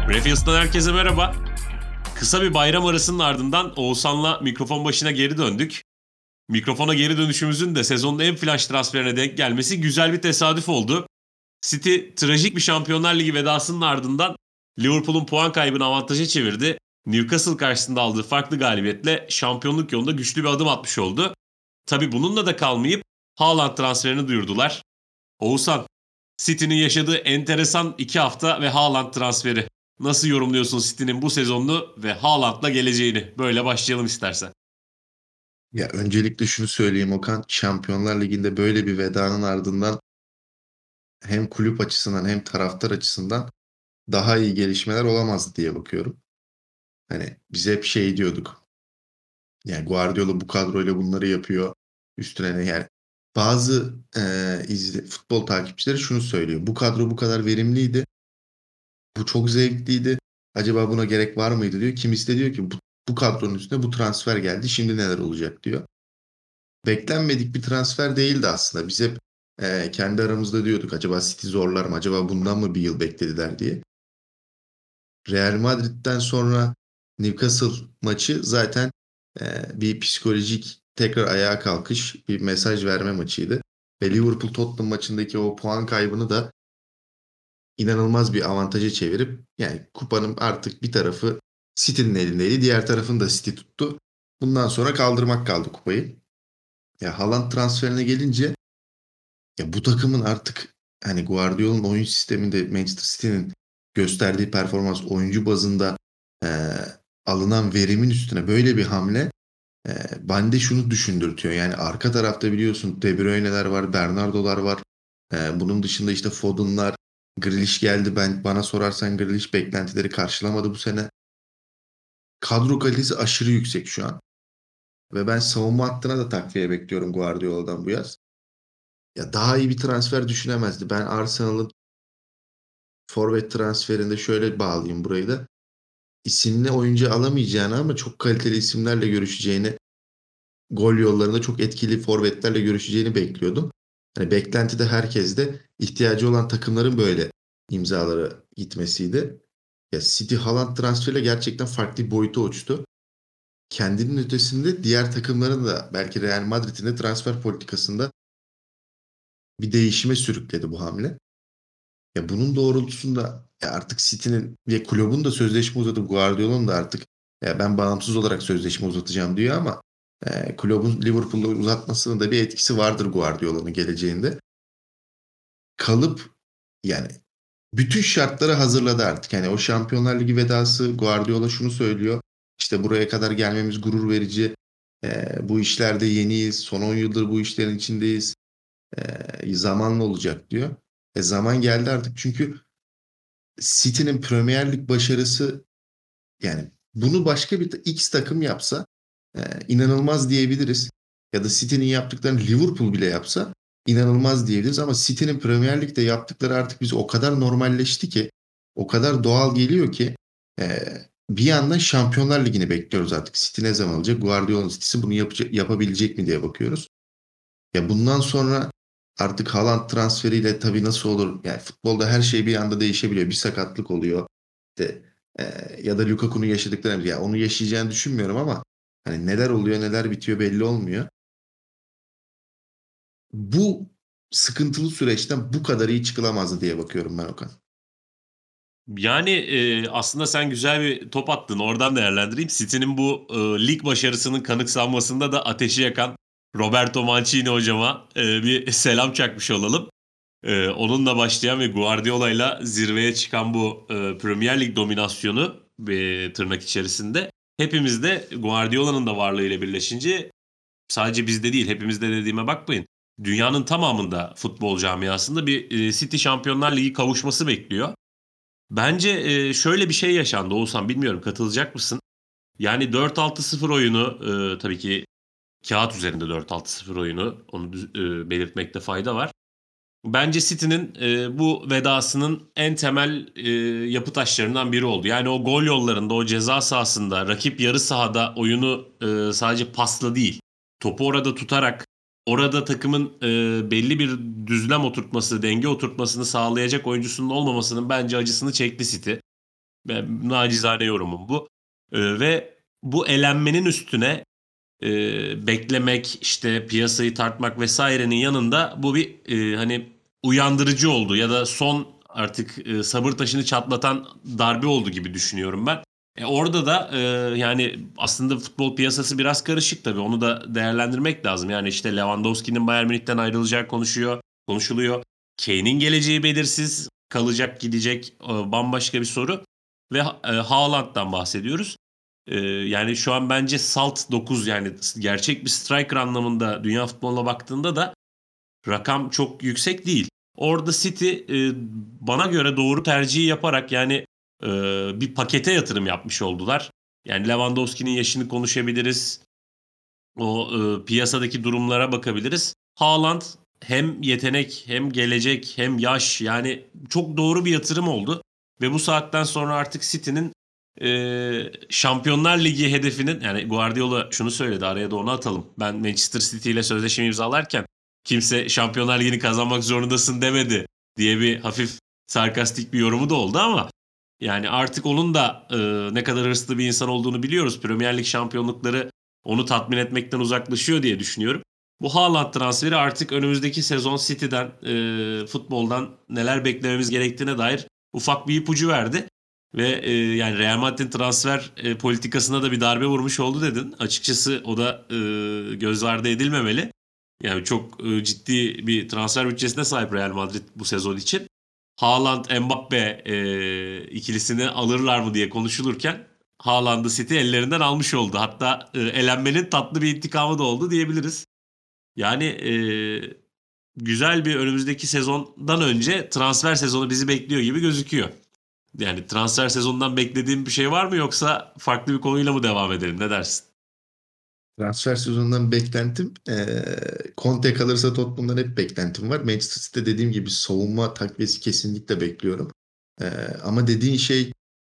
Refils'tan herkese merhaba. Kısa bir bayram arasının ardından Oğuzhan'la mikrofon başına geri döndük. Mikrofona geri dönüşümüzün de sezonun en flash transferine denk gelmesi güzel bir tesadüf oldu. City trajik bir Şampiyonlar Ligi vedasının ardından Liverpool'un puan kaybını avantaja çevirdi. Newcastle karşısında aldığı farklı galibiyetle şampiyonluk yolunda güçlü bir adım atmış oldu. Tabii bununla da kalmayıp Haaland transferini duyurdular. Oğuzhan, City'nin yaşadığı enteresan 2 hafta ve Haaland transferi. Nasıl yorumluyorsun City'nin bu sezonunu ve Haaland'la geleceğini? Böyle başlayalım istersen. Ya öncelikle şunu söyleyeyim Okan, Şampiyonlar Ligi'nde böyle bir vedanın ardından hem kulüp açısından hem taraftar açısından daha iyi gelişmeler olamazdı diye bakıyorum. Hani biz hep şey diyorduk. Yani Guardiola bu kadroyla bunları yapıyor. Üstüne ne yani bazı futbol takipçileri şunu söylüyor. Bu kadro bu kadar verimliydi. Bu çok zevkliydi. Acaba buna gerek var mıydı diyor. Kimisi de diyor ki bu kadronun üstüne bu transfer geldi. Şimdi neler olacak diyor. Beklenmedik bir transfer değildi aslında. Biz hep kendi aramızda diyorduk acaba City zorlar mı? Acaba bundan mı bir yıl beklediler diye. Real Madrid'den sonra Newcastle maçı zaten bir psikolojik tekrar ayağa kalkış, bir mesaj verme maçıydı. Ve Liverpool Tottenham maçındaki o puan kaybını da inanılmaz bir avantaja çevirip yani kupanın artık bir tarafı City'nin elindeydi. Diğer tarafını da City tuttu. Bundan sonra kaldırmak kaldı kupayı. Ya Haaland transferine gelince ya bu takımın artık hani Guardiola'nın oyun sisteminde Manchester City'nin gösterdiği performans oyuncu bazında e, alınan verimin üstüne böyle bir hamle e, bende şunu düşündürtüyor. Yani arka tarafta biliyorsun De Bruyne'ler var, Bernardo'lar var. Bunun dışında işte Foden'lar, Grealish geldi. Bana sorarsan Grealish beklentileri karşılamadı bu sene. Kadro kalitesi aşırı yüksek şu an. Ve ben savunma hattına da takviye bekliyorum Guardiola'dan bu yaz. Ya daha iyi bir transfer düşünemezdi. Ben Arsenal'ın forvet transferinde şöyle bağlayayım burayı da. İsimli oyuncu alamayacağını ama çok kaliteli isimlerle görüşeceğini, gol yollarında çok etkili forvetlerle görüşeceğini bekliyordum. Hani beklenti de herkeste ihtiyacı olan takımların böyle imzalara gitmesiydi. Ya City Haaland transferiyle gerçekten farklı bir boyuta uçtu. Kendinin ötesinde diğer takımların da belki Real Madrid'in de transfer politikasında bir değişime sürükledi bu hamle. Ya bunun doğrultusunda ya artık City'nin ve kulübün de sözleşme uzadı. Guardiola'nın da artık ya ben bağımsız olarak sözleşme uzatacağım diyor ama kulübün Liverpool'da uzatmasının da bir etkisi vardır Guardiola'nın geleceğinde. Kalıp yani bütün şartları hazırladı artık. Yani o Şampiyonlar Ligi vedası Guardiola şunu söylüyor. İşte buraya kadar gelmemiz gurur verici. Bu işlerde yeniyiz. Son 10 yıldır bu işlerin içindeyiz. Zamanla olacak diyor. Zaman geldi artık çünkü City'nin Premier Lig başarısı yani bunu başka bir X takım yapsa inanılmaz diyebiliriz. Ya da City'nin yaptıklarını Liverpool bile yapsa inanılmaz diyebiliriz. Ama City'nin Premier Lig'de yaptıkları artık bize o kadar normalleşti ki o kadar doğal geliyor ki e, bir yandan Şampiyonlar Ligi'ni bekliyoruz artık. City ne zaman alacak? Guardiola'nın City'si bunu yapabilecek mi diye bakıyoruz. Ya bundan sonra artık Haaland transferiyle tabii nasıl olur? Yani futbolda her şey bir anda değişebiliyor. Bir sakatlık oluyor. İşte, ya da Lukaku'nun yaşadıklarını ya onu yaşayacağını düşünmüyorum ama hani neler oluyor neler bitiyor belli olmuyor. Bu sıkıntılı süreçten bu kadar iyi çıkılamazdı diye bakıyorum ben Okan. Yani aslında sen güzel bir top attın. Oradan değerlendireyim. City'nin bu lig başarısının kanıksanmasında da ateşi yakan Roberto Mancini hocama bir selam çakmış olalım. Onunla başlayan ve Guardiola'yla zirveye çıkan bu Premier Lig dominasyonu tırnak içerisinde hepimiz de Guardiola'nın da varlığıyla birleşince sadece bizde değil hepimizde dediğime bakmayın. Dünyanın tamamında futbol camiasında bir City Şampiyonlar Ligi kavuşması bekliyor. Bence şöyle bir şey yaşandı Oğuzhan, bilmiyorum katılacak mısın? Yani 4-6-0 oyunu, tabii ki kağıt üzerinde 4-6-0 oyunu, onu belirtmekte fayda var. Bence City'nin bu vedasının en temel yapı taşlarından biri oldu. Yani o gol yollarında, o ceza sahasında, rakip yarı sahada oyunu sadece pasla değil, topu orada tutarak, orada takımın belli bir düzlem oturtması, denge oturtmasını sağlayacak oyuncusunun olmamasının bence acısını çekti City. Nacizane yorumum bu. Ve bu elenmenin üstüne beklemek, işte piyasayı tartmak vesairenin yanında bu bir hani uyandırıcı oldu ya da son artık sabır taşını çatlatan darbe oldu gibi düşünüyorum ben. Orada da yani aslında futbol piyasası biraz karışık tabii. Onu da değerlendirmek lazım. Yani işte Lewandowski'nin Bayern Münih'ten ayrılacağı konuşuluyor. Kane'in geleceği belirsiz. Kalacak, gidecek, bambaşka bir soru. Ve Haaland'dan bahsediyoruz. Yani şu an bence salt 9, yani gerçek bir striker anlamında dünya futboluna baktığında da rakam çok yüksek değil. Orada City bana göre doğru tercihi yaparak yani e, bir pakete yatırım yapmış oldular. Yani Lewandowski'nin yaşını konuşabiliriz. O piyasadaki durumlara bakabiliriz. Haaland hem yetenek hem gelecek hem yaş, yani çok doğru bir yatırım oldu. Ve bu saatten sonra artık City'nin Şampiyonlar Ligi hedefinin, yani Guardiola şunu söyledi, araya da onu atalım. Ben Manchester City ile sözleşme imzalarken kimse Şampiyonlar Ligi'ni kazanmak zorundasın demedi diye bir hafif sarkastik bir yorumu da oldu ama yani artık onun da ne kadar hırslı bir insan olduğunu biliyoruz. Premier Lig şampiyonlukları onu tatmin etmekten uzaklaşıyor diye düşünüyorum. Bu Haaland transferi artık önümüzdeki sezon City'den, futboldan neler beklememiz gerektiğine dair ufak bir ipucu verdi. Ve yani Real Madrid'in transfer politikasına da bir darbe vurmuş oldu dedin. Açıkçası o da göz ardı edilmemeli. Yani çok ciddi bir transfer bütçesine sahip Real Madrid bu sezon için. Haaland Mbappe ikilisini alırlar mı diye konuşulurken Haaland'ı City ellerinden almış oldu. Hatta elenmenin tatlı bir intikamı da oldu diyebiliriz. Yani güzel bir önümüzdeki sezondan önce transfer sezonu bizi bekliyor gibi gözüküyor. Yani transfer sezonundan beklediğin bir şey var mı, yoksa farklı bir konuyla mı devam edelim? Ne dersin? Transfer sezonundan beklentim Conte kalırsa Tottenham'dan hep beklentim var. Manchester City'de dediğim gibi savunma takviyesi kesinlikle bekliyorum. Ama dediğin şey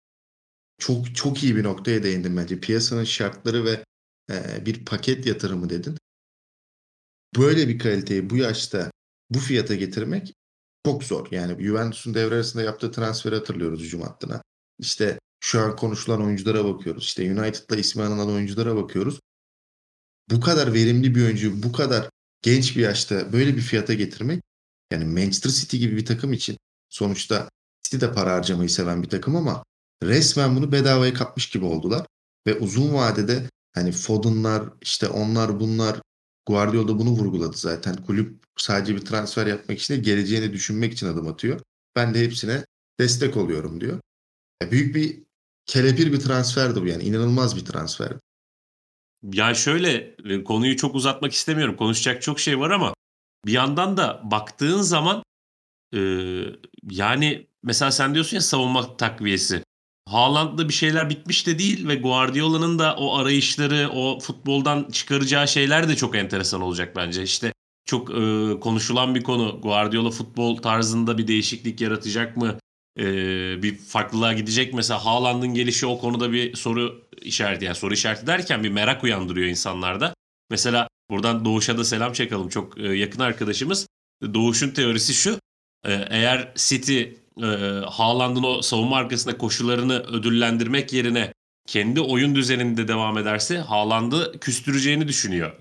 çok çok iyi bir noktaya değindim bence. Piyasanın şartları ve bir paket yatırımı dedin. Böyle bir kaliteyi bu yaşta bu fiyata getirmek çok zor. Yani Juventus'un devre arasında yaptığı transferi hatırlıyoruz hücum hattına. İşte şu an konuşulan oyunculara bakıyoruz. İşte United'la ismi anılan oyunculara bakıyoruz. Bu kadar verimli bir oyuncuyu bu kadar genç bir yaşta böyle bir fiyata getirmek, yani Manchester City gibi bir takım için, sonuçta City de para harcamayı seven bir takım ama resmen bunu bedavaya kapmış gibi oldular. Ve uzun vadede hani Foden'lar, işte onlar bunlar, Guardiola da bunu vurguladı zaten. Kulüp sadece bir transfer yapmak için değil, geleceğini düşünmek için adım atıyor. Ben de hepsine destek oluyorum diyor. Büyük bir kelepir bir transferdi bu, yani inanılmaz bir transferdi. Ya şöyle, konuyu çok uzatmak istemiyorum. Konuşacak çok şey var ama bir yandan da baktığın zaman e, yani mesela sen diyorsun ya savunma takviyesi. Haaland'da bir şeyler bitmiş de değil ve Guardiola'nın da o arayışları, o futboldan çıkaracağı şeyler de çok enteresan olacak bence. İşte çok konuşulan bir konu. Guardiola futbol tarzında bir değişiklik yaratacak mı? Bir farklılığa gidecek. Mesela Haaland'ın gelişi o konuda bir soru işareti. Yani soru işareti derken bir merak uyandırıyor insanlarda. Mesela buradan Doğuş'a da selam çakalım. Çok yakın arkadaşımız. Doğuş'un teorisi şu. Eğer City Haaland'ın o savunma arkasında koşularını ödüllendirmek yerine kendi oyun düzeninde devam ederse Haaland'ı küstüreceğini düşünüyor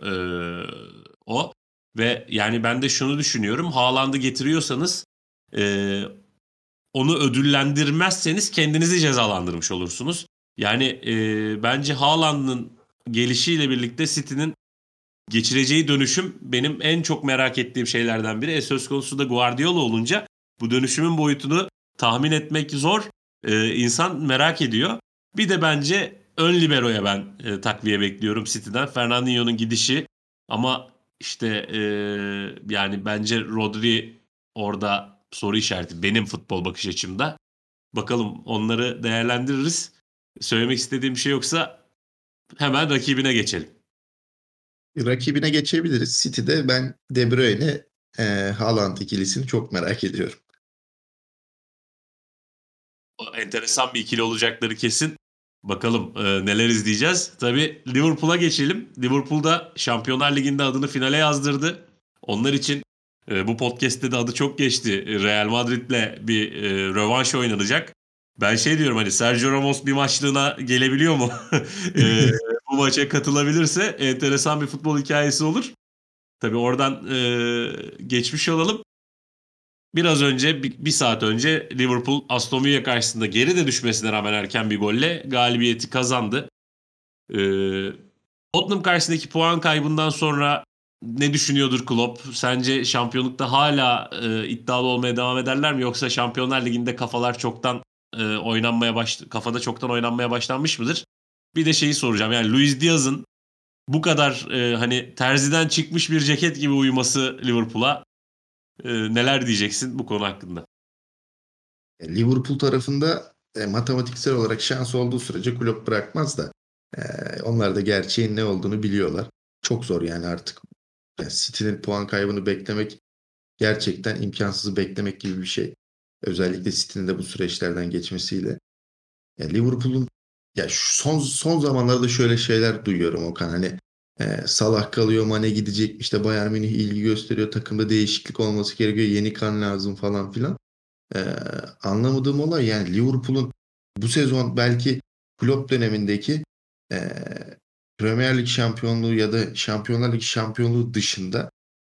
o. Ve yani ben de şunu düşünüyorum. Haaland'ı getiriyorsanız e, onu ödüllendirmezseniz kendinizi cezalandırmış olursunuz. Yani bence Haaland'ın gelişiyle birlikte City'nin geçireceği dönüşüm benim en çok merak ettiğim şeylerden biri. Söz konusu da Guardiola olunca bu dönüşümün boyutunu tahmin etmek zor. İnsan merak ediyor. Bir de bence ön libero'ya ben takviye bekliyorum City'den. Fernandinho'nun gidişi ama işte yani bence Rodri orada soru işareti benim futbol bakış açımda. Bakalım, onları değerlendiririz. Söylemek istediğim bir şey yoksa hemen rakibine geçelim. Rakibine geçebiliriz. City'de ben De Bruyne, Haaland ikilisini çok merak ediyorum. Enteresan bir ikili olacakları kesin. Bakalım neler izleyeceğiz. Tabii Liverpool'a geçelim. Liverpool'da Şampiyonlar Ligi'nde adını finale yazdırdı. Onlar için bu podcast'te de adı çok geçti. Real Madrid'le bir rövanş oynanacak. Ben şey diyorum, hani Sergio Ramos bir maçlığına gelebiliyor mu? Eee, Bu maça katılabilirse enteresan bir futbol hikayesi olur. Tabii oradan geçmiş olalım. Biraz önce, bir saat önce Liverpool Aston Villa karşısında geri de düşmesine rağmen erken bir golle galibiyeti kazandı. Ee, Tottenham karşısındaki puan kaybından sonra ne düşünüyordur Klopp? Sence şampiyonlukta hala iddialı olmaya devam ederler mi? Yoksa Şampiyonlar Ligi'nde kafalar çoktan kafada çoktan oynanmaya başlanmış mıdır? Bir de şeyi soracağım. Yani Luis Diaz'ın bu kadar hani terziden çıkmış bir ceket gibi uyuması Liverpool'a, neler diyeceksin bu konu hakkında? Liverpool tarafında matematiksel olarak şans olduğu sürece Klopp bırakmaz da onlar da gerçeğin ne olduğunu biliyorlar. Çok zor yani artık. Yani City'nin puan kaybını beklemek gerçekten imkansızı beklemek gibi bir şey. Özellikle City'nin de bu süreçlerden geçmesiyle. Ya Liverpool'un ya şu son zamanlarda şöyle şeyler duyuyorum Okan, hani Salah kalıyor, Mane gidecek, işte Bayern Münih ilgi gösteriyor, takımda değişiklik olması gerekiyor, yeni kan lazım falan filan. E, Anlamadığım olay, yani Liverpool'un bu sezon belki Klopp dönemindeki e, Premier Lig şampiyonluğu ya da Şampiyonlar Ligi şampiyonluğu dışında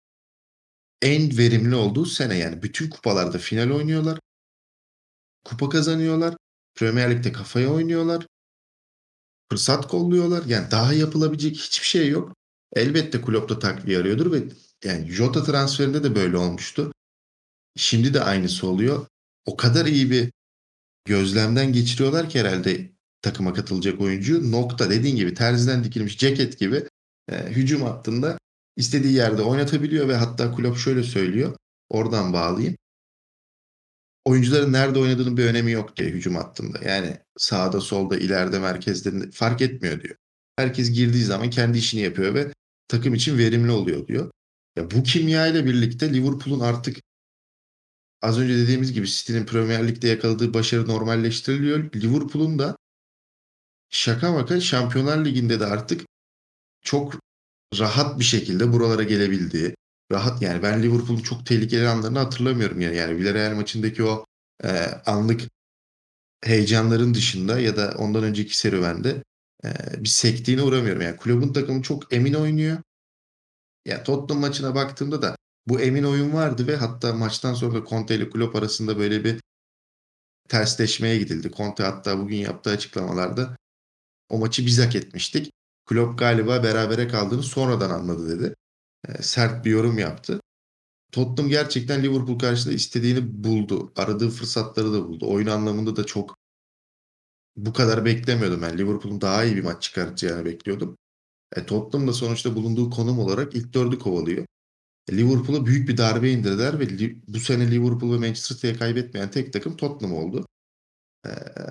en verimli olduğu sene. Yani bütün kupalarda final oynuyorlar, kupa kazanıyorlar, Premier Lig'de kafaya oynuyorlar, fırsat kolluyorlar. Yani daha yapılabilecek hiçbir şey yok. Elbette Klopp da takviye arıyordur ve yani Jota transferinde de böyle olmuştu. Şimdi de aynısı oluyor. O kadar iyi bir gözlemden geçiriyorlar ki herhalde takıma katılacak oyuncu. Nokta, dediğin gibi terziden dikilmiş ceket gibi hücum hattında istediği yerde oynatabiliyor ve hatta Klopp şöyle söylüyor. Oradan bağlayayım. Oyuncuların nerede oynadığının bir önemi yok diye hücum hattında. Yani sağda, solda, ileride, merkezde fark etmiyor diyor. Herkes girdiği zaman kendi işini yapıyor ve takım için verimli oluyor diyor. Ya bu kimya ile birlikte Liverpool'un artık az önce dediğimiz gibi City'nin Premier Lig'de yakaladığı başarı normalleştiriliyor. Liverpool'un da şaka maka Şampiyonlar Ligi'nde de artık çok rahat bir şekilde buralara gelebildiği, rahat yani, ben Liverpool'un çok tehlikeli anlarını hatırlamıyorum yani. Yani Villarreal maçındaki o anlık heyecanların dışında ya da ondan önceki serüvende bir sektiğine uğramıyorum. Yani kulübün takımı çok emin oynuyor. Ya Tottenham maçına baktığımda da bu emin oyun vardı ve hatta maçtan sonra da Conte ile Klopp arasında böyle bir tersleşmeye gidildi. Conte hatta bugün yaptığı açıklamalarda o maçı biz hak etmiştik, Klopp galiba berabere kaldığını sonradan anladı dedi. Sert bir yorum yaptı. Tottenham gerçekten Liverpool karşısında istediğini buldu. Aradığı fırsatları da buldu. Oyun anlamında da çok bu kadar beklemiyordum ben. Liverpool'un daha iyi bir maç çıkartacağını bekliyordum. Tottenham da sonuçta bulunduğu konum olarak ilk dördü kovalıyor. Liverpool'a büyük bir darbe indirdiler ve bu sene Liverpool ve Manchester City'ye kaybetmeyen tek takım Tottenham oldu. E,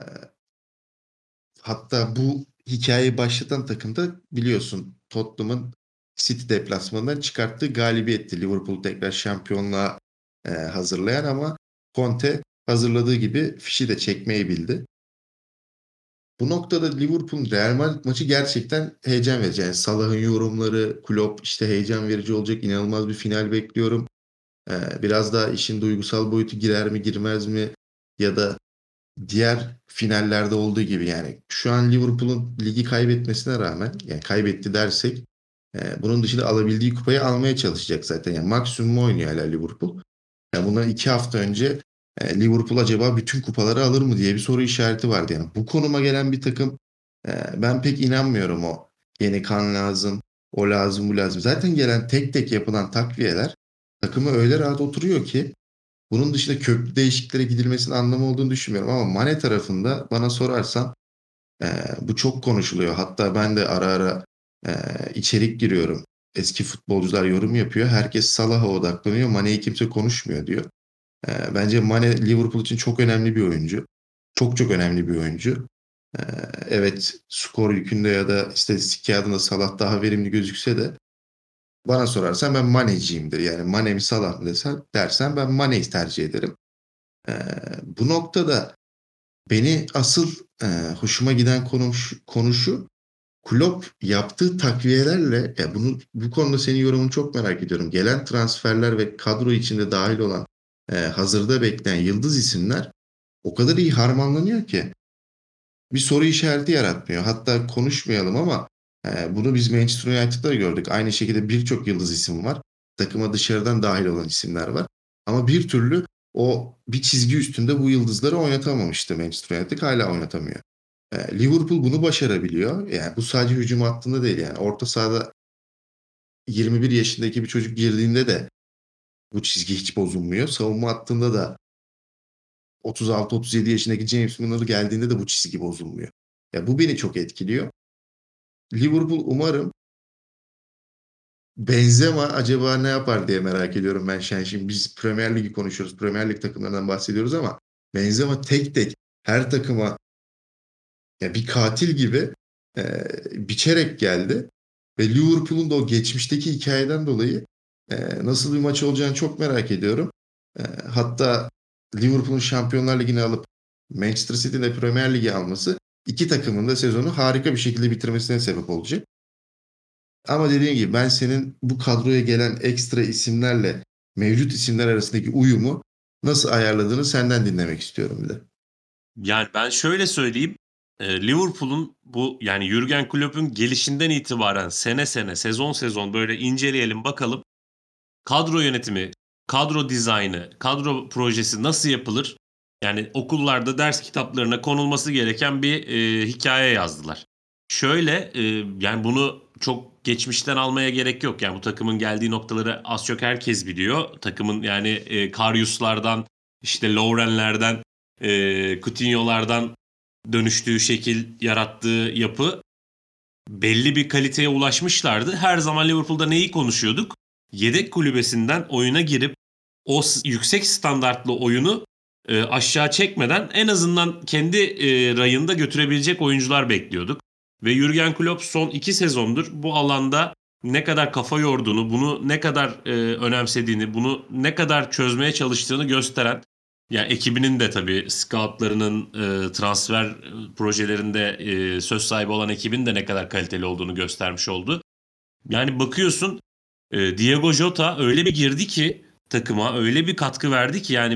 Hatta bu hikayeyi başlatan takım da biliyorsun Tottenham'ın City deplasmanından çıkarttığı galibiyetti. Liverpool tekrar şampiyonluğa hazırlayan, ama Conte hazırladığı gibi fişi de çekmeyi bildi. Bu noktada Liverpool'un Real Madrid maçı gerçekten heyecan verici. Yani Salah'ın yorumları, Klopp işte heyecan verici olacak, inanılmaz bir final bekliyorum. Biraz daha işin duygusal boyutu girer mi girmez mi, ya da diğer finallerde olduğu gibi, yani şu an Liverpool'un ligi kaybetmesine rağmen, yani kaybetti dersek bunun dışında alabildiği kupayı almaya çalışacak zaten. Yani maksimum oynuyor hala Liverpool. Yani bundan 2 hafta önce Liverpool acaba bütün kupaları alır mı diye bir soru işareti vardı. Yani bu konuma gelen bir takım, ben pek inanmıyorum o yeni kan lazım, o lazım, bu lazım. Zaten gelen tek tek yapılan takviyeler takımı öyle rahat oturuyor ki bunun dışında köklü değişikliklere gidilmesinin anlamı olduğunu düşünmüyorum. Ama Mane tarafında bana sorarsan e, bu çok konuşuluyor. Hatta ben de ara ara e, içerik giriyorum. Eski futbolcular yorum yapıyor. Herkes Salah'a odaklanıyor. Mane'yi kimse konuşmuyor diyor. Bence Mane Liverpool için çok önemli bir oyuncu. Çok çok önemli bir oyuncu. E, evet, skor yükünde ya da istatistik kağıdında Salah daha verimli gözükse de bana sorarsan ben Mane'ciyimdir. Yani Mane mi Salah mı dersen ben Mane'yi tercih ederim. E, Bu noktada beni asıl hoşuma giden konu şu. Klopp yaptığı takviyelerle, bu konuda senin yorumunu çok merak ediyorum. Gelen transferler ve kadro içinde dahil olan hazırda bekleyen yıldız isimler o kadar iyi harmanlanıyor ki bir soru işareti yaratmıyor. Hatta konuşmayalım ama bunu biz Manchester United'da gördük. Aynı şekilde birçok yıldız isim var. Takıma dışarıdan dahil olan isimler var. Ama bir türlü o bir çizgi üstünde bu yıldızları oynatamamıştı Manchester United. Hala oynatamıyor. Liverpool bunu başarabiliyor. Yani bu sadece hücum hattında değil yani. Orta sahada 21 yaşındaki bir çocuk girdiğinde de bu çizgi hiç bozulmuyor. Savunma hattında da 36-37 yaşındaki James Milner geldiğinde de bu çizgi bozulmuyor. Ya bu beni çok etkiliyor. Liverpool umarım Benzema acaba ne yapar diye merak ediyorum ben. Şimdi biz Premier Ligi konuşuyoruz. Premier Lig takımlarından bahsediyoruz ama Benzema tek tek her takıma ya bir katil gibi e, biçerek geldi. Ve Liverpool'un da o geçmişteki hikayeden dolayı nasıl bir maç olacağını çok merak ediyorum. Hatta Liverpool'un Şampiyonlar Ligi'ni alıp Manchester City'nin Premier Ligi alması iki takımın da sezonu harika bir şekilde bitirmesine sebep olacak. Ama dediğim gibi ben senin bu kadroya gelen ekstra isimlerle mevcut isimler arasındaki uyumu nasıl ayarladığını senden dinlemek istiyorum bir de. Yani ben şöyle söyleyeyim. Liverpool'un bu yani Jürgen Klopp'un gelişinden itibaren sene sene, sezon sezon böyle inceleyelim bakalım. Kadro yönetimi, kadro dizaynı, kadro projesi nasıl yapılır? Yani okullarda ders kitaplarına konulması gereken bir hikaye yazdılar. Şöyle yani bunu çok geçmişten almaya gerek yok. Yani bu takımın geldiği noktaları az çok herkes biliyor. Takımın yani Karius'lardan, işte Lovren'lerden, Coutinho'lardan dönüştüğü şekil, yarattığı yapı belli bir kaliteye ulaşmışlardı. Her zaman Liverpool'da neyi konuşuyorduk? Yedek kulübesinden oyuna girip o yüksek standartlı oyunu aşağı çekmeden en azından kendi rayında götürebilecek oyuncular bekliyorduk. Ve Jürgen Klopp son 2 sezondur bu alanda ne kadar kafa yorduğunu, bunu ne kadar önemsediğini, bunu ne kadar çözmeye çalıştığını gösteren, yani ekibinin de tabii scoutlarının transfer projelerinde söz sahibi olan ekibin de ne kadar kaliteli olduğunu göstermiş oldu. Yani bakıyorsun Diego Jota öyle bir girdi ki takıma öyle bir katkı verdi ki yani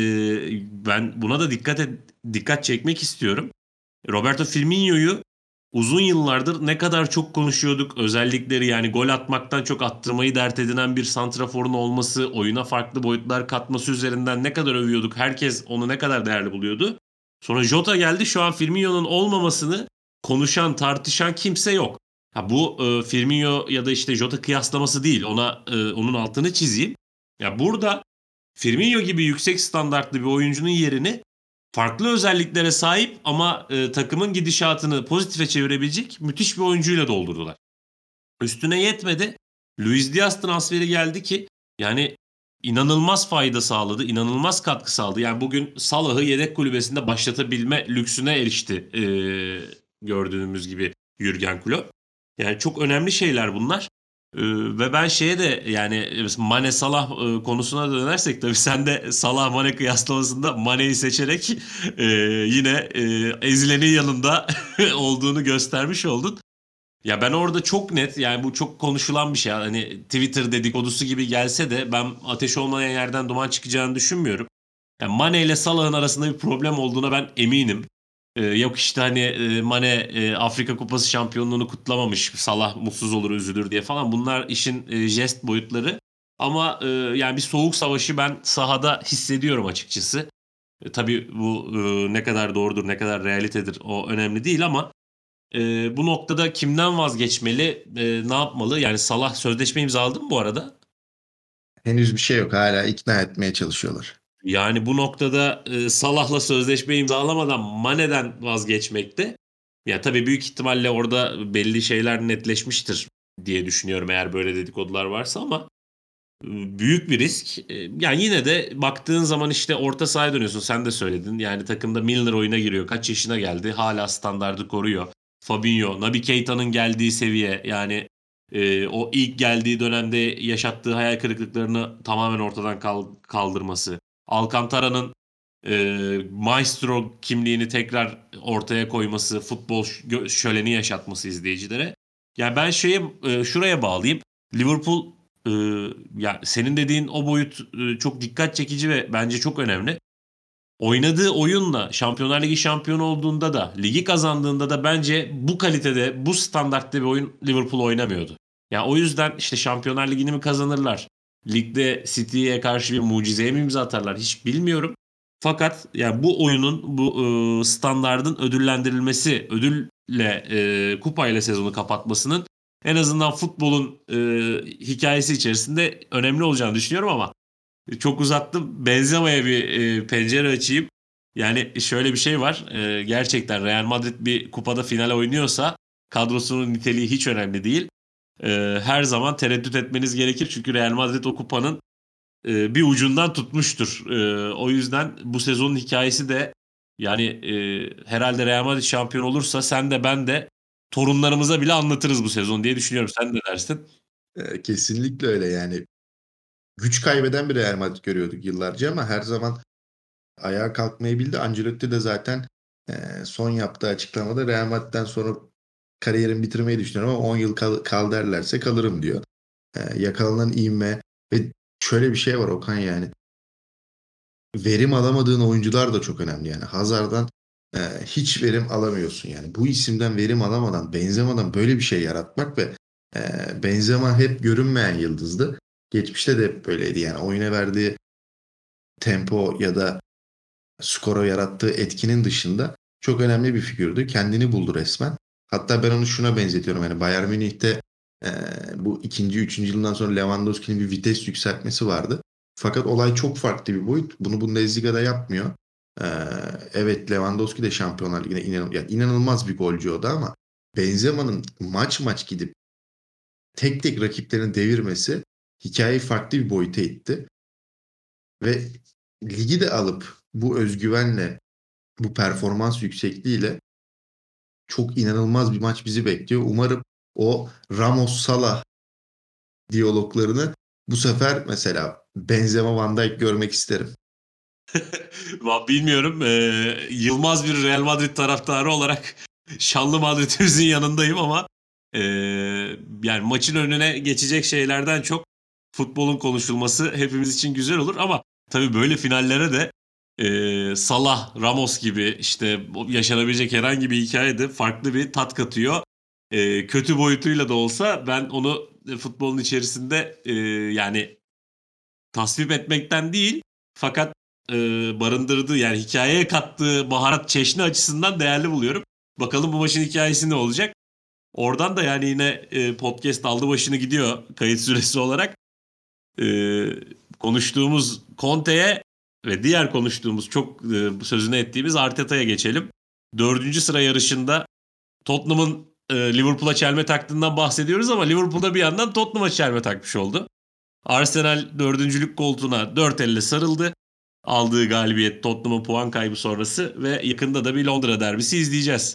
ben buna da dikkat çekmek istiyorum. Roberto Firmino'yu uzun yıllardır ne kadar çok konuşuyorduk. Özellikleri yani gol atmaktan çok attırmayı dert edinen bir santraforun olması, oyuna farklı boyutlar katması üzerinden ne kadar övüyorduk. Herkes onu ne kadar değerli buluyordu. Sonra Jota geldi. Şu an Firmino'nun olmamasını konuşan, tartışan kimse yok. Ha bu Firmino ya da işte Jota kıyaslaması değil. Onun altını çizeyim. Ya burada Firmino gibi yüksek standartlı bir oyuncunun yerini farklı özelliklere sahip ama takımın gidişatını pozitife çevirebilecek müthiş bir oyuncuyla doldurdular. Üstüne yetmedi. Luis Diaz transferi geldi ki yani inanılmaz fayda sağladı, inanılmaz katkı sağladı. Yani bugün Salah'ı yedek kulübesinde başlatabilme lüksüne erişti gördüğümüz gibi Jürgen Klopp. Yani çok önemli şeyler bunlar. Ve ben şeye de yani Mane Salah konusuna dönersek tabii sen de Salah Mane kıyaslamasında Mane'yi seçerek yine ezilenin yanında olduğunu göstermiş oldun. Ya ben orada çok net yani bu çok konuşulan bir şey. Hani Twitter dedikodusu gibi gelse de ben ateş olmayan yerden duman çıkacağını düşünmüyorum. Yani Mane ile Salah'ın arasında bir problem olduğuna ben eminim. Yok işte hani Mane Afrika Kupası şampiyonluğunu kutlamamış. Salah mutsuz olur, üzülür diye falan. Bunlar işin jest boyutları. Ama yani bir soğuk savaşı ben sahada hissediyorum açıkçası. Tabii bu ne kadar doğrudur, ne kadar realitedir o önemli değil ama bu noktada kimden vazgeçmeli, ne yapmalı? Yani Salah sözleşme imzaladı mı bu arada? Henüz bir şey yok. Hala ikna etmeye çalışıyorlar. Yani bu noktada Salah'la sözleşme imzalamadan Mane'den vazgeçmekte. Ya tabii büyük ihtimalle orada belli şeyler netleşmiştir diye düşünüyorum eğer böyle dedikodular varsa ama büyük bir risk. Yani yine de baktığın zaman işte orta sahaya dönüyorsun. Sen de söyledin. Yani takımda Milner oyuna giriyor. Kaç yaşına geldi? Hala standardı koruyor. Fabinho, Naby Keita'nın geldiği seviye. Yani o ilk geldiği dönemde yaşattığı hayal kırıklıklarını tamamen ortadan kaldırması. Alcantara'nın maestro kimliğini tekrar ortaya koyması, futbol şöleni yaşatması izleyicilere. Yani ben şuraya bağlayayım. Liverpool e, ya senin dediğin o boyut çok dikkat çekici ve bence çok önemli. oynadığı oyunla Şampiyonlar Ligi şampiyonu olduğunda da ligi kazandığında da bence bu kalitede, bu standartta bir oyun Liverpool oynamıyordu. Yani o yüzden işte Şampiyonlar Ligi'ni mi kazanırlar? Ligde City'ye karşı bir mucizeye mi imza atarlar? Hiç bilmiyorum. Fakat yani bu oyunun, bu standardın ödüllendirilmesi, ödülle, kupayla sezonu kapatmasının en azından futbolun hikayesi içerisinde önemli olacağını düşünüyorum ama çok uzattım. Benzema'ya bir pencere açayım. Yani şöyle bir şey var. Gerçekten Real Madrid bir kupada final oynuyorsa kadrosunun niteliği hiç önemli değil. Her zaman tereddüt etmeniz gerekir. Çünkü Real Madrid o kupanın bir ucundan tutmuştur. O yüzden bu sezonun hikayesi de yani herhalde Real Madrid şampiyon olursa sen de ben de torunlarımıza bile anlatırız bu sezon diye düşünüyorum. Sen ne dersin? Kesinlikle öyle yani. Güç kaybeden bir Real Madrid görüyorduk yıllarca ama her zaman ayağa kalkmayı bildi. Ancelotti de zaten son yaptığı açıklamada Real Madrid'den sonra kariyerimi bitirmeyi düşünüyorum ama 10 yıl kal derlerse kalırım diyor. Yakalanan ivme ve şöyle bir şey var Okan yani. Verim alamadığın oyuncular da çok önemli yani. Hazard'dan hiç verim alamıyorsun yani. Bu isimden verim alamadan, Benzema'dan böyle bir şey yaratmak ve Benzema hep görünmeyen yıldızdı. Geçmişte de hep böyleydi yani. Oyuna verdiği tempo ya da skora yarattığı etkinin dışında çok önemli bir figürdü. Kendini buldu resmen. Hatta ben onu şuna benzetiyorum. Yani Bayern Münih'te e, bu ikinci, üçüncü yılından sonra Lewandowski'nin bir vites yükseltmesi vardı. Fakat olay çok farklı bir boyut. Bunu Bundesliga'da yapmıyor. E, evet Lewandowski de Şampiyonlar Ligi'ne yani inanılmaz bir golcü o da ama Benzema'nın maç maç gidip tek tek rakiplerini devirmesi hikayeyi farklı bir boyuta itti. Ve ligi de alıp bu özgüvenle, bu performans yüksekliğiyle çok inanılmaz bir maç bizi bekliyor. Umarım o Ramos Salah diyaloglarını bu sefer mesela Benzema Van Dijk görmek isterim. Bilmiyorum. Yılmaz bir Real Madrid taraftarı olarak şanlı Madrid'imizin yanındayım ama e, yani maçın önüne geçecek şeylerden çok futbolun konuşulması hepimiz için güzel olur ama tabii böyle finallere de Salah, Ramos gibi işte yaşanabilecek herhangi bir hikayede farklı bir tat katıyor. Kötü boyutuyla da olsa ben onu futbolun içerisinde yani tasvip etmekten değil fakat e, barındırdığı yani hikayeye kattığı baharat çeşni açısından değerli buluyorum. Bakalım bu maçın hikayesi ne olacak? Oradan da yani yine podcast aldı başını gidiyor kayıt süresi olarak. E, Konuştuğumuz Conte'ye ve diğer konuştuğumuz çok sözüne ettiğimiz Arteta'ya geçelim. Dördüncü sıra yarışında Tottenham'ın Liverpool'a çelme taktığından bahsediyoruz ama Liverpool'da bir yandan Tottenham'a çelme takmış oldu. Arsenal dördüncülük koltuğuna dört elle sarıldı. Aldığı galibiyet Tottenham'ın puan kaybı sonrası ve yakında da bir Londra derbisi izleyeceğiz.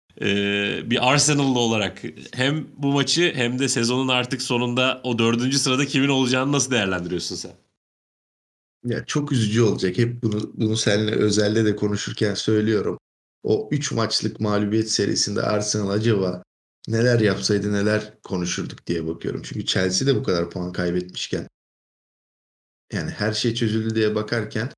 Bir Arsenal'lı olarak hem bu maçı hem de sezonun artık sonunda o dördüncü sırada kimin olacağını nasıl değerlendiriyorsun sen? Ya çok üzücü olacak. Hep bunu seninle özelde de konuşurken söylüyorum. O 3 maçlık mağlubiyet serisinde Arsenal acaba neler yapsaydı neler konuşurduk diye bakıyorum. Çünkü Chelsea de bu kadar puan kaybetmişken yani her şey çözüldü diye bakarken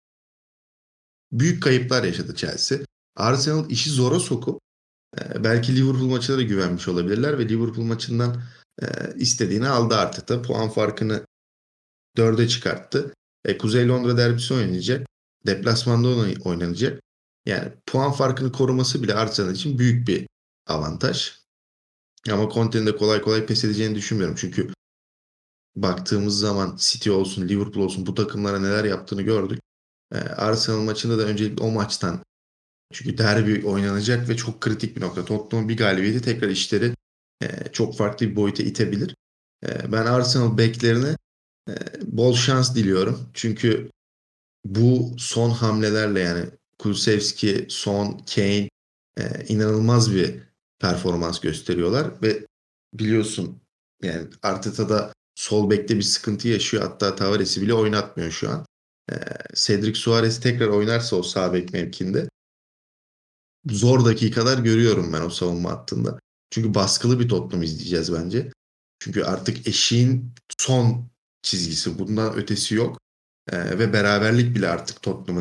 büyük kayıplar yaşadı Chelsea. Arsenal işi zora sokup belki Liverpool maçına da güvenmiş olabilirler ve Liverpool maçından istediğini aldı Arteta. Puan farkını dörde çıkarttı. Kuzey Londra derbisi oynayacak. Deplasmanda oynanacak. Yani puan farkını koruması bile Arsenal için büyük bir avantaj. Ama Conte'nin de kolay kolay pes edeceğini düşünmüyorum. Çünkü baktığımız zaman City olsun, Liverpool olsun bu takımlara neler yaptığını gördük. Arsenal maçında da öncelikle o maçtan çünkü derbi oynanacak ve çok kritik bir nokta. Tottenham'ın bir galibiyeti tekrar işleri çok farklı bir boyuta itebilir. Ben Arsenal beklerine e, bol şans diliyorum. Çünkü bu son hamlelerle yani Kulusevski, Son, Kane inanılmaz bir performans gösteriyorlar ve biliyorsun yani Arteta da sol bekte bir sıkıntı yaşıyor. Hatta Tavares'i bile oynatmıyor şu an. E, Cedric Suarez tekrar oynarsa o sağ bek mevkinde zor dakikalar görüyorum ben o savunma hattında. Çünkü baskılı bir Tottenham izleyeceğiz bence. Çünkü artık eşiğin son çizgisi. Bundan ötesi yok. Ve beraberlik bile artık Tottenham'ın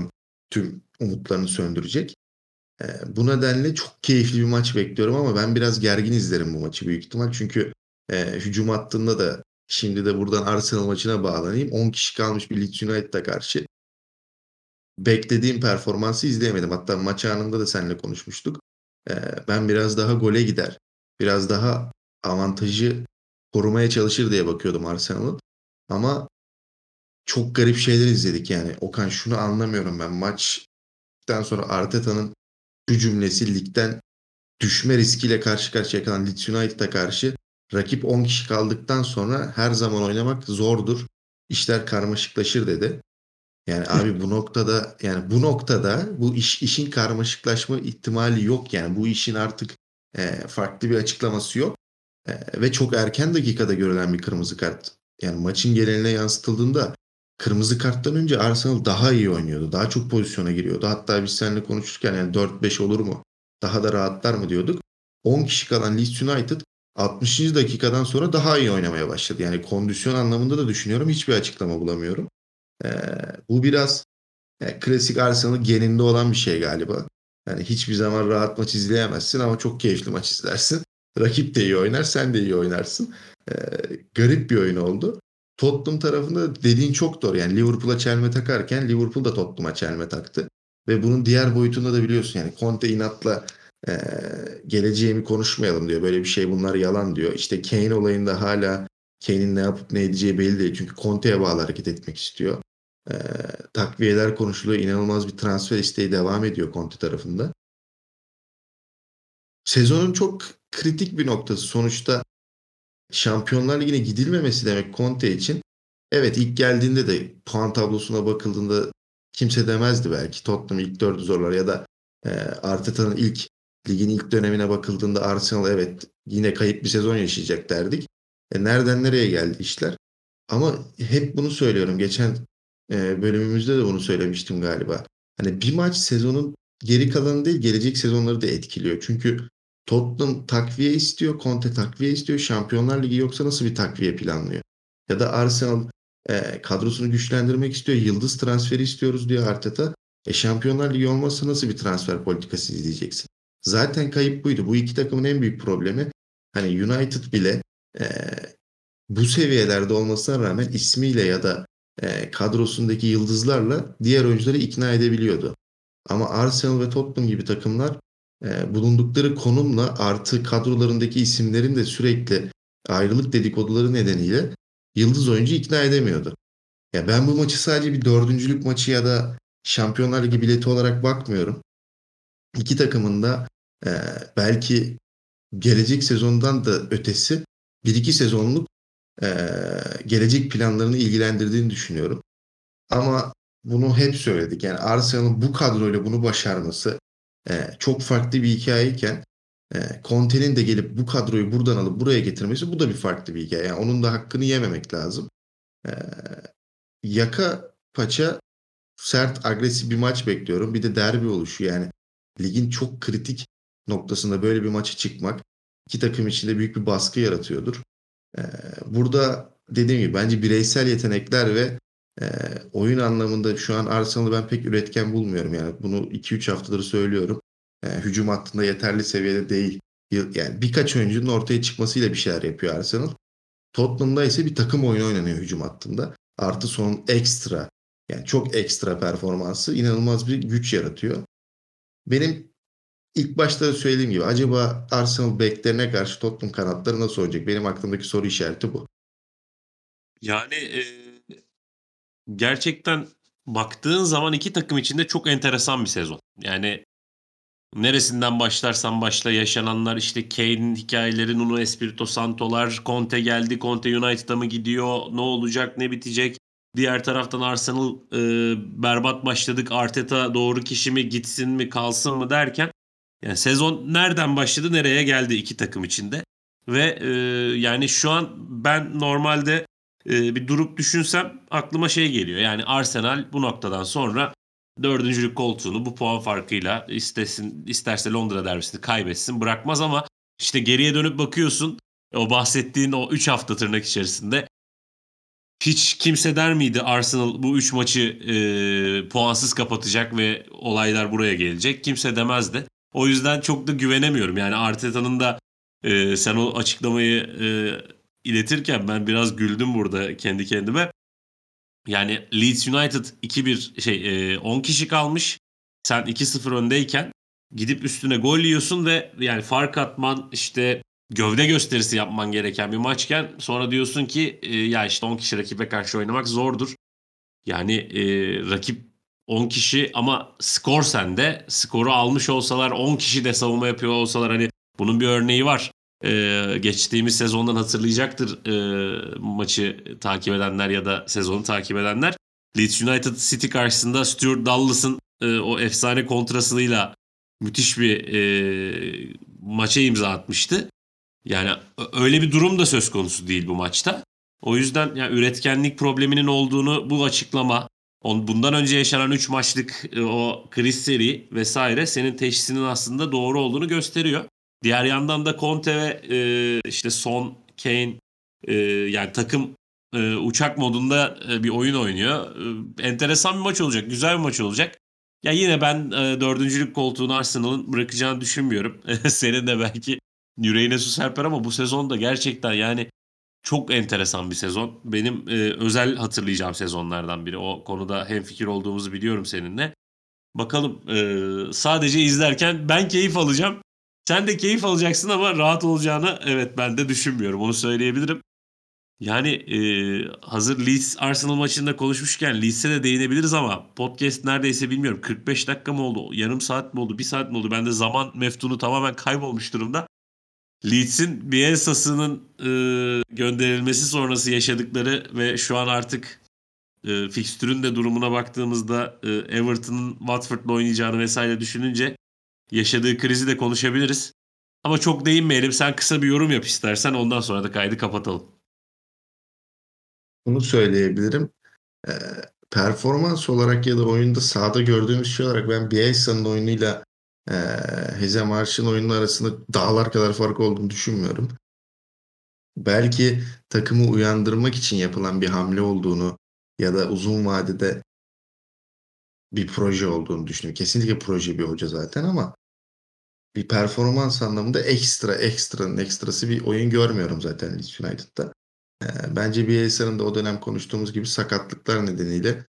tüm umutlarını söndürecek. Bu nedenle çok keyifli bir maç bekliyorum ama ben biraz gergin izlerim bu maçı büyük ihtimal. Çünkü hücum hattında da şimdi de buradan Arsenal maçına bağlanayım. 10 kişi kalmış bir Leeds United'a karşı beklediğim performansı izleyemedim. Hatta maç anında da seninle konuşmuştuk. Ben biraz daha gole gider, biraz daha avantajı korumaya çalışır diye bakıyordum Arsenal'ın. Ama çok garip şeyler izledik yani. Okan, şunu anlamıyorum ben. Maçtan sonra Arteta'nın şu cümlesi, ligden düşme riskiyle karşı karşıya kalan Leeds United'a karşı rakip 10 kişi kaldıktan sonra her zaman oynamak zordur. İşler karmaşıklaşır dedi. Yani abi bu noktada bu işin karmaşıklaşma ihtimali yok yani. Bu işin artık farklı bir açıklaması yok. Ve çok erken dakikada görülen bir kırmızı kart. Yani maçın geneline yansıtıldığında kırmızı karttan önce Arsenal daha iyi oynuyordu. Daha çok pozisyona giriyordu. Hatta biz seninle konuşurken yani 4-5 olur mu? Daha da rahatlar mı diyorduk. 10 kişi kalan Leeds United 60. dakikadan sonra daha iyi oynamaya başladı. Yani kondisyon anlamında da düşünüyorum. Hiçbir açıklama bulamıyorum. Ee, Bu biraz klasik Arsenal'ın geninde olan bir şey galiba. Yani hiçbir zaman rahat maç izleyemezsin ama çok keyifli maç izlersin. Rakip de iyi oynar, sen de iyi oynarsın. Ee, Garip bir oyun oldu. Tottenham tarafında dediğin çok doğru. Yani Liverpool'a çelme takarken Liverpool da Tottenham'a çelme taktı. Ve bunun diğer boyutunda da biliyorsun yani Conte inatla e, geleceğimi konuşmayalım diyor. Böyle bir şey, bunlar yalan diyor. İşte Kane olayında hala Kane'in ne yapıp ne edeceği belli değil. Çünkü Conte'ye bağlı hareket etmek istiyor. Ee, Takviyeler konuşuluyor. İnanılmaz bir transfer isteği devam ediyor Conte tarafında. Sezonun çok kritik bir noktası. Sonuçta Şampiyonlar Ligi'ne gidilmemesi demek Conte için. Evet, ilk geldiğinde de puan tablosuna bakıldığında kimse demezdi belki. Tottenham ilk dördü zorlar ya da Arteta'nın ligin ilk dönemine bakıldığında Arsenal evet yine kayıp bir sezon yaşayacak derdik. Nereden nereye geldi işler? Ama hep bunu söylüyorum. Geçen bölümümüzde de bunu söylemiştim galiba. Hani bir maç sezonun geri kalanı değil, gelecek sezonları da etkiliyor. Çünkü Tottenham takviye istiyor, Conte takviye istiyor. Şampiyonlar Ligi yoksa nasıl bir takviye planlıyor? Ya da Arsenal kadrosunu güçlendirmek istiyor. Yıldız transferi istiyoruz diyor Arteta. Şampiyonlar Ligi olmazsa nasıl bir transfer politikası izleyeceksin? Zaten kayıp buydu. Bu iki takımın en büyük problemi, hani United bile e, bu seviyelerde olmasına rağmen ismiyle ya da kadrosundaki yıldızlarla diğer oyuncuları ikna edebiliyordu. Ama Arsenal ve Tottenham gibi takımlar bulundukları konumla artı kadrolarındaki isimlerin de sürekli ayrılık dedikoduları nedeniyle yıldız oyuncu ikna edemiyordu. Ya ben bu maçı sadece bir dördüncülük maçı ya da Şampiyonlar Ligi bileti olarak bakmıyorum. İki takımın da e, belki gelecek sezondan da ötesi bir iki sezonluk gelecek planlarını ilgilendirdiğini düşünüyorum. Ama bunu hep söyledik. Yani Arsenal'ın bu kadroyla bunu başarması çok farklı bir hikayeyken Conte'nin de gelip bu kadroyu buradan alıp buraya getirmesi, bu da bir farklı bir hikaye. Yani onun da hakkını yememek lazım. E, Yaka paça sert, agresif bir maç bekliyorum. Bir de derbi oluşu, yani ligin çok kritik noktasında böyle bir maça çıkmak iki takım için de büyük bir baskı yaratıyordur. Ee, Burada dediğim gibi bence bireysel yetenekler ve e, oyun anlamında şu an Arsenal'ı ben pek üretken bulmuyorum. Yani bunu 2-3 haftadır söylüyorum. Hücum hattında yeterli seviyede değil. Yani birkaç oyuncunun ortaya çıkmasıyla bir şeyler yapıyor Arsenal. Tottenham'da ise bir takım oyunu oynanıyor hücum hattında. Artı son ekstra, yani çok ekstra performansı inanılmaz bir güç yaratıyor. Benim ilk başta da söylediğim gibi acaba Arsenal beklerine karşı Tottenham kanatları nasıl olacak? Benim aklımdaki soru işareti bu. Yani gerçekten baktığın zaman iki takım için de çok enteresan bir sezon. Yani neresinden başlarsan başla yaşananlar, işte Kane'in hikayeleri, Nuno Espirito Santo'lar, Conte geldi, Conte United'a mı gidiyor, ne olacak, ne bitecek? Diğer taraftan Arsenal berbat başladık, Arteta doğru kişi mi, gitsin mi, kalsın mı derken yani sezon nereden başladı, nereye geldi iki takım içinde. Ve yani şu an ben normalde bir durup düşünsem aklıma şey geliyor. Yani Arsenal bu noktadan sonra dördüncülük koltuğunu bu puan farkıyla isterse Londra derbisini kaybetsin bırakmaz ama işte geriye dönüp bakıyorsun, o bahsettiğin o 3 hafta tırnak içerisinde hiç kimse der miydi Arsenal bu 3 maçı puansız kapatacak ve olaylar buraya gelecek? Kimse demezdi. O yüzden çok da güvenemiyorum. Yani Arteta'nın da sen o açıklamayı iletirken ben biraz güldüm burada kendi kendime. Yani Leeds United 2-1 10 kişi kalmış. Sen 2-0 öndeyken gidip üstüne gol yiyorsun ve yani fark atman, işte gövde gösterisi yapman gereken bir maçken sonra diyorsun ki ya işte 10 kişi rakibe karşı oynamak zordur. Yani rakip 10 kişi ama skor sende. Skoru almış olsalar, 10 kişi de savunma yapıyor olsalar, hani bunun bir örneği var. Geçtiğimiz sezondan hatırlayacaktır maçı takip edenler ya da sezonu takip edenler. Leeds United City karşısında Stuart Dallas'ın o efsane kontrasıyla müthiş bir maça imza atmıştı. Yani öyle bir durum da söz konusu değil bu maçta. O yüzden yani üretkenlik probleminin olduğunu bu açıklama, bundan önce yaşanan 3 maçlık o kriz seri vesaire senin teşhisinin aslında doğru olduğunu gösteriyor. Diğer yandan da Conte ve işte Son, Kane, yani takım uçak modunda bir oyun oynuyor. Enteresan bir maç olacak, güzel bir maç olacak. Ya yine ben dördüncülük koltuğunu Arsenal'ın bırakacağını düşünmüyorum. Senin de belki yüreğine su serper ama bu sezon da gerçekten yani çok enteresan bir sezon. Benim özel hatırlayacağım sezonlardan biri. O konuda hemfikir olduğumuzu biliyorum seninle. Bakalım, sadece izlerken ben keyif alacağım. Sen de keyif alacaksın ama rahat olacağını, evet, ben de düşünmüyorum. Onu söyleyebilirim. Yani hazır Leeds Arsenal maçında konuşmuşken Leeds'e de değinebiliriz ama podcast neredeyse bilmiyorum 45 dakika mı oldu, yarım saat mi oldu, bir saat mi oldu? Bende zaman meftunu tamamen kaybolmuş durumda. Leeds'in Bielsa'sının gönderilmesi sonrası yaşadıkları ve şu an artık fikstürün de durumuna baktığımızda Everton'ın Watford'la oynayacağını vesaire düşününce yaşadığı krizi de konuşabiliriz. Ama çok değinmeyelim. Sen kısa bir yorum yap istersen, ondan sonra da kaydı kapatalım. Bunu söyleyebilirim. Ee, Performans olarak ya da oyunda sahada gördüğümüz şey olarak ben Bielsa'nın oyunuyla e, Jose Marş'ın oyunu arasında dağlar kadar fark olduğunu düşünmüyorum. Belki takımı uyandırmak için yapılan bir hamle olduğunu ya da uzun vadede bir proje olduğunu düşünüyorum. Kesinlikle proje bir hoca zaten ama bir performans anlamında ekstranın ekstrası bir oyun görmüyorum zaten Leeds United'da. Bence Bielsa'nın da o dönem konuştuğumuz gibi sakatlıklar nedeniyle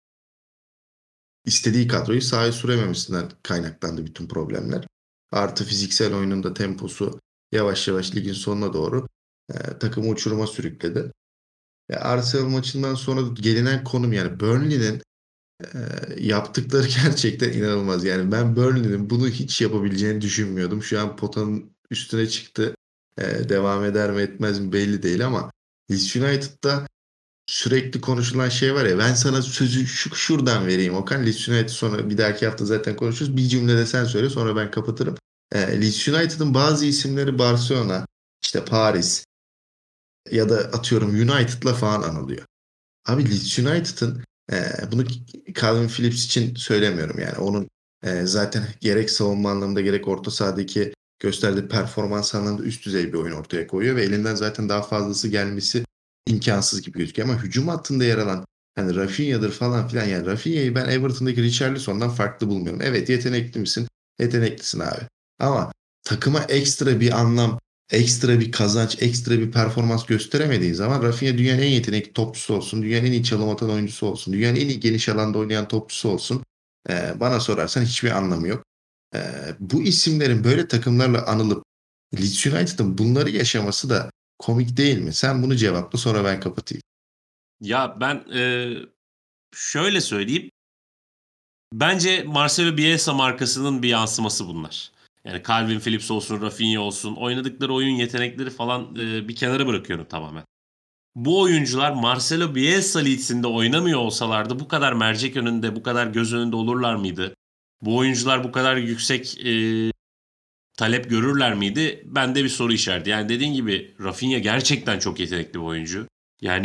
istediği kadroyu sahaya sürememesinden kaynaklandı bütün problemler. Artı fiziksel oyunun da temposu yavaş yavaş ligin sonuna doğru takımı uçuruma sürükledi. Arsenal maçından sonra gelinen konum yani Burnley'nin e, yaptıkları gerçekten inanılmaz. Yani ben Burnley'nin bunu hiç yapabileceğini düşünmüyordum. Şu an potanın üstüne çıktı. Devam eder mi etmez mi belli değil ama Leeds United'da sürekli konuşulan şey var ya, ben sana sözü şuradan vereyim Okan. Leeds United sonra bir dahaki hafta zaten konuşuruz. Bir cümlede sen söyle sonra ben kapatırım. Leeds United'ın bazı isimleri Barcelona, işte Paris ya da atıyorum United'la falan anılıyor. Abi Leeds United'ın bunu Calvin Phillips için söylemiyorum yani. Onun zaten gerek savunma anlamında gerek orta sahadaki gösterdiği performans anlamında üst düzey bir oyun ortaya koyuyor ve elinden zaten daha fazlası gelmesi imkansız gibi gözüküyor. Ama hücum hattında yer alan hani Rafinha'dır falan filan, yani Rafinha'yı ben Everton'daki Richarlison'dan farklı bulmuyorum. Evet, yetenekli misin? Yeteneklisin abi. Ama takıma ekstra bir anlam, ekstra bir kazanç, ekstra bir performans gösteremediği zaman Rafinha dünyanın en yetenekli topçusu olsun, dünyanın en iyi çalım atan oyuncusu olsun, dünyanın en iyi geniş alanda oynayan topçusu olsun. Bana sorarsan hiçbir anlamı yok. Bu isimlerin böyle takımlarla anılıp Leeds United'ın bunları yaşaması da komik değil mi? Sen bunu cevapla sonra ben kapatayım. Ya ben şöyle söyleyeyim. Bence Marcelo Bielsa markasının bir yansıması bunlar. Yani Calvin Phillips olsun, Rafinha olsun, oynadıkları oyun yetenekleri falan bir kenara bırakıyorum tamamen. Bu oyuncular Marcelo Bielsa Leeds'inde oynamıyor olsalardı bu kadar mercek önünde, bu kadar göz önünde olurlar mıydı? Bu oyuncular bu kadar yüksek talep görürler miydi? Bende bir soru işareti. Yani dediğin gibi Rafinha gerçekten çok yetenekli bir oyuncu. Yani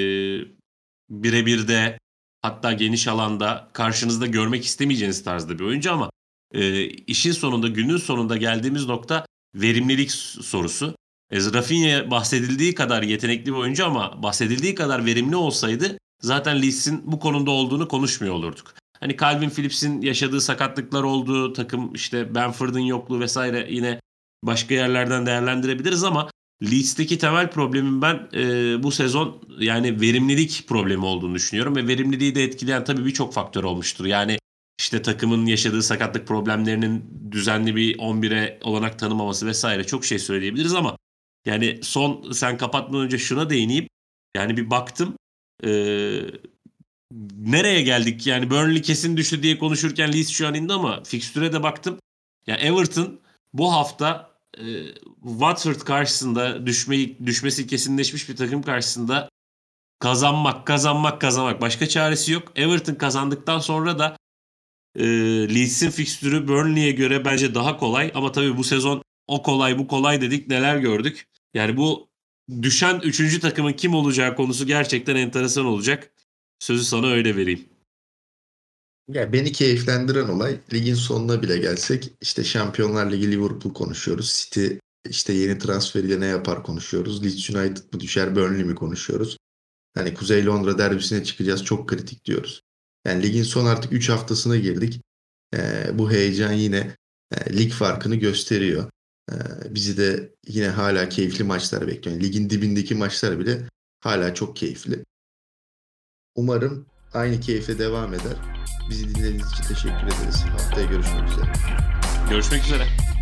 birebir de, hatta geniş alanda karşınızda görmek istemeyeceğiniz tarzda bir oyuncu ama işin sonunda, günün sonunda geldiğimiz nokta verimlilik sorusu. Rafinha bahsedildiği kadar yetenekli bir oyuncu ama bahsedildiği kadar verimli olsaydı zaten Leeds'in bu konumda olduğunu konuşmuyor olurduk. Hani Calvin Phillips'in yaşadığı sakatlıklar oldu, takım işte Bamford'un yokluğu vesaire yine başka yerlerden değerlendirebiliriz ama Leeds'teki temel problemin ben bu sezon yani verimlilik problemi olduğunu düşünüyorum ve verimliliği de etkileyen tabii birçok faktör olmuştur. Yani işte takımın yaşadığı sakatlık problemlerinin düzenli bir 11'e olanak tanımaması vesaire çok şey söyleyebiliriz ama yani son sen kapatmadan önce şuna değineyim. Yani bir baktım nereye geldik? Yani Burnley kesin düştü diye konuşurken Leeds şu an indi ama fikstüre de baktım. Ya Everton bu hafta Watford karşısında düşmesi kesinleşmiş bir takım karşısında kazanmak. Başka çaresi yok. Everton kazandıktan sonra da Leeds'in fikstürü Burnley'e göre bence daha kolay. Ama tabii bu sezon o kolay bu kolay dedik neler gördük. Yani bu düşen 3. takımın kim olacağı konusu gerçekten enteresan olacak. Sözü sana öyle vereyim. Ya beni keyiflendiren olay ligin sonuna bile gelsek işte Şampiyonlar Ligi Liverpool konuşuyoruz. City işte yeni transferiyle ne yapar konuşuyoruz. Leeds United mı düşer Burnley mi konuşuyoruz. Hani Kuzey Londra derbisine çıkacağız çok kritik diyoruz. Yani ligin son artık 3 haftasına girdik. Bu heyecan yine lig farkını gösteriyor. Bizi de yine hala keyifli maçlar bekliyor. Yani ligin dibindeki maçlar bile hala çok keyifli. Umarım aynı keyfe devam eder. Bizi dinlediğiniz için teşekkür ederiz. Haftaya görüşmek üzere. Görüşmek üzere.